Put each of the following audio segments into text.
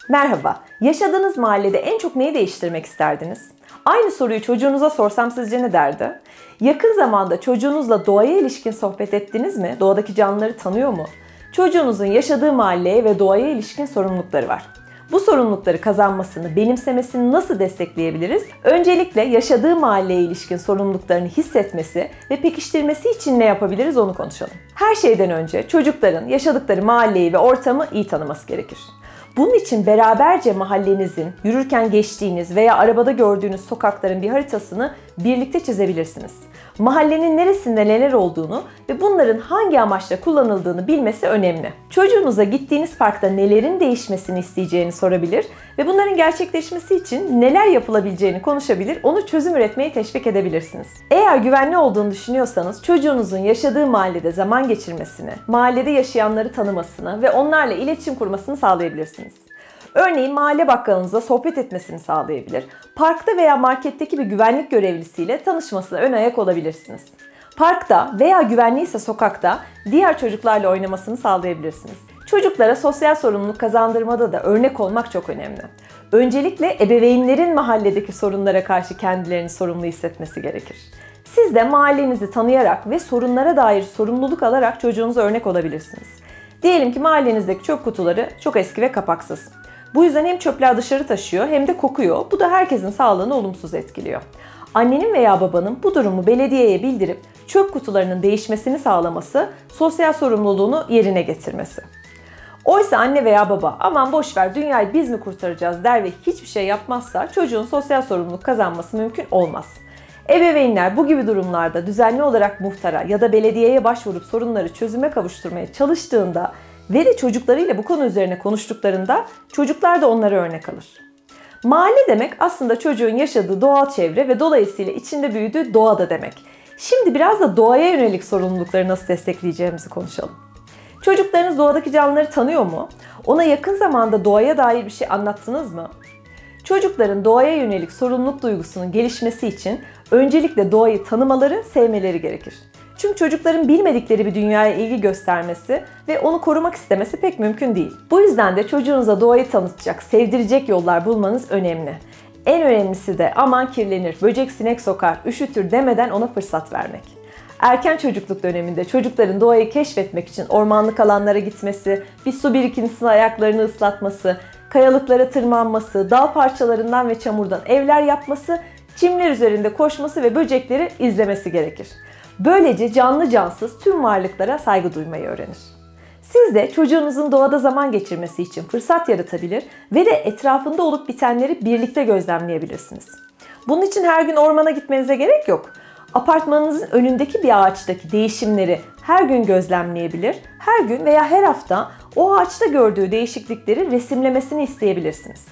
Merhaba, yaşadığınız mahallede en çok neyi değiştirmek isterdiniz? Aynı soruyu çocuğunuza sorsam sizce ne derdi? Yakın zamanda çocuğunuzla doğaya ilişkin sohbet ettiniz mi? Doğadaki canlıları tanıyor mu? Çocuğunuzun yaşadığı mahalleye ve doğaya ilişkin sorumlulukları var. Bu sorumlulukları kazanmasını, benimsemesini nasıl destekleyebiliriz? Öncelikle yaşadığı mahalleye ilişkin sorumluluklarını hissetmesi ve pekiştirmesi için ne yapabiliriz onu konuşalım. Her şeyden önce çocukların yaşadıkları mahalleyi ve ortamı iyi tanıması gerekir. Bunun için beraberce mahallenizin, yürürken geçtiğiniz veya arabada gördüğünüz sokakların bir haritasını birlikte çizebilirsiniz. Mahallenin neresinde neler olduğunu ve bunların hangi amaçla kullanıldığını bilmesi önemli. Çocuğunuza gittiğiniz parkta nelerin değişmesini isteyeceğini sorabilir ve bunların gerçekleşmesi için neler yapılabileceğini konuşabilir, onu çözüm üretmeye teşvik edebilirsiniz. Eğer güvenli olduğunu düşünüyorsanız çocuğunuzun yaşadığı mahallede zaman geçirmesini, mahallede yaşayanları tanımasını ve onlarla iletişim kurmasını sağlayabilirsiniz. Örneğin mahalle bakkalınızla sohbet etmesini sağlayabilir. Parkta veya marketteki bir güvenlik görevlisiyle tanışmasına ön ayak olabilirsiniz. Parkta veya güvenliyse sokakta diğer çocuklarla oynamasını sağlayabilirsiniz. Çocuklara sosyal sorumluluk kazandırmada da örnek olmak çok önemli. Öncelikle ebeveynlerin mahalledeki sorunlara karşı kendilerini sorumlu hissetmesi gerekir. Siz de mahallenizi tanıyarak ve sorunlara dair sorumluluk alarak çocuğunuza örnek olabilirsiniz. Diyelim ki mahallenizdeki çöp kutuları çok eski ve kapaksız. Bu yüzden hem çöpler dışarı taşıyor hem de kokuyor. Bu da herkesin sağlığını olumsuz etkiliyor. Annenin veya babanın bu durumu belediyeye bildirip çöp kutularının değişmesini sağlaması, sosyal sorumluluğunu yerine getirmesi. Oysa anne veya baba aman boşver dünyayı biz mi kurtaracağız der ve hiçbir şey yapmazsa çocuğun sosyal sorumluluk kazanması mümkün olmaz. Ebeveynler bu gibi durumlarda düzenli olarak muhtara ya da belediyeye başvurup sorunları çözüme kavuşturmaya çalıştığında ve de çocuklarıyla bu konu üzerine konuştuklarında çocuklar da onlara örnek alır. Mahalle demek aslında çocuğun yaşadığı doğal çevre ve dolayısıyla içinde büyüdüğü doğa da demek. Şimdi biraz da doğaya yönelik sorumlulukları nasıl destekleyeceğimizi konuşalım. Çocuklarınız doğadaki canlıları tanıyor mu? Ona yakın zamanda doğaya dair bir şey anlattınız mı? Çocukların doğaya yönelik sorumluluk duygusunun gelişmesi için öncelikle doğayı tanımaları, sevmeleri gerekir. Çünkü çocukların bilmedikleri bir dünyaya ilgi göstermesi ve onu korumak istemesi pek mümkün değil. Bu yüzden de çocuğunuza doğayı tanıtacak, sevdirecek yollar bulmanız önemli. En önemlisi de aman kirlenir, böcek sinek sokar, üşütür demeden ona fırsat vermek. Erken çocukluk döneminde çocukların doğayı keşfetmek için ormanlık alanlara gitmesi, bir su birikintisine ayaklarını ıslatması, kayalıklara tırmanması, dağ parçalarından ve çamurdan evler yapması, çimler üzerinde koşması ve böcekleri izlemesi gerekir. Böylece canlı cansız tüm varlıklara saygı duymayı öğrenir. Siz de çocuğunuzun doğada zaman geçirmesi için fırsat yaratabilir ve de etrafında olup bitenleri birlikte gözlemleyebilirsiniz. Bunun için her gün ormana gitmenize gerek yok. Apartmanınızın önündeki bir ağaçtaki değişimleri her gün gözlemleyebilir, her gün veya her hafta o ağaçta gördüğü değişiklikleri resimlemesini isteyebilirsiniz.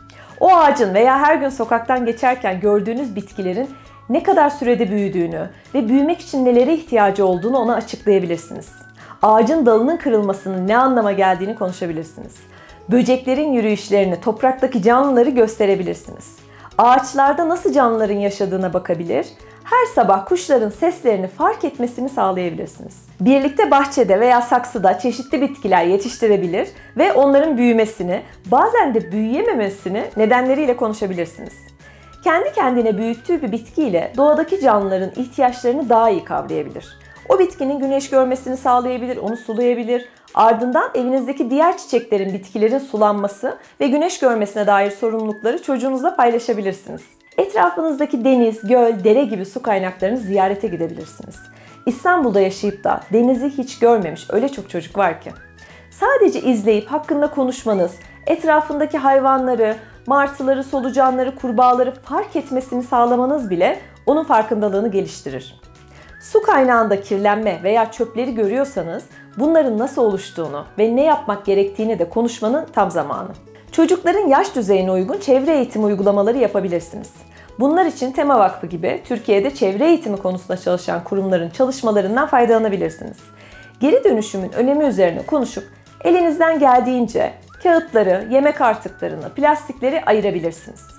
O ağacın veya her gün sokaktan geçerken gördüğünüz bitkilerin ne kadar sürede büyüdüğünü ve büyümek için nelere ihtiyacı olduğunu ona açıklayabilirsiniz. Ağacın dalının kırılmasının ne anlama geldiğini konuşabilirsiniz. Böceklerin yürüyüşlerini, topraktaki canlıları gösterebilirsiniz. Ağaçlarda nasıl canlıların yaşadığına bakabilir, her sabah kuşların seslerini fark etmesini sağlayabilirsiniz. Birlikte bahçede veya saksıda çeşitli bitkiler yetiştirebilir ve onların büyümesini, bazen de büyüyememesini nedenleriyle konuşabilirsiniz. Kendi kendine büyüttüğü bir bitkiyle doğadaki canlıların ihtiyaçlarını daha iyi kavrayabilir. O bitkinin güneş görmesini sağlayabilir, onu sulayabilir. Ardından evinizdeki diğer çiçeklerin, bitkilerin sulanması ve güneş görmesine dair sorumlulukları çocuğunuzla paylaşabilirsiniz. Etrafınızdaki deniz, göl, dere gibi su kaynaklarını ziyarete gidebilirsiniz. İstanbul'da yaşayıp da denizi hiç görmemiş öyle çok çocuk var ki. Sadece izleyip hakkında konuşmanız, etrafındaki hayvanları, martıları, solucanları, kurbağaları fark etmesini sağlamanız bile onun farkındalığını geliştirir. Su kaynağında kirlenme veya çöpleri görüyorsanız bunların nasıl oluştuğunu ve ne yapmak gerektiğini de konuşmanın tam zamanı. Çocukların yaş düzeyine uygun çevre eğitimi uygulamaları yapabilirsiniz. Bunlar için Tema Vakfı gibi Türkiye'de çevre eğitimi konusunda çalışan kurumların çalışmalarından faydalanabilirsiniz. Geri dönüşümün önemi üzerine konuşup elinizden geldiğince kağıtları, yemek artıklarını, plastikleri ayırabilirsiniz.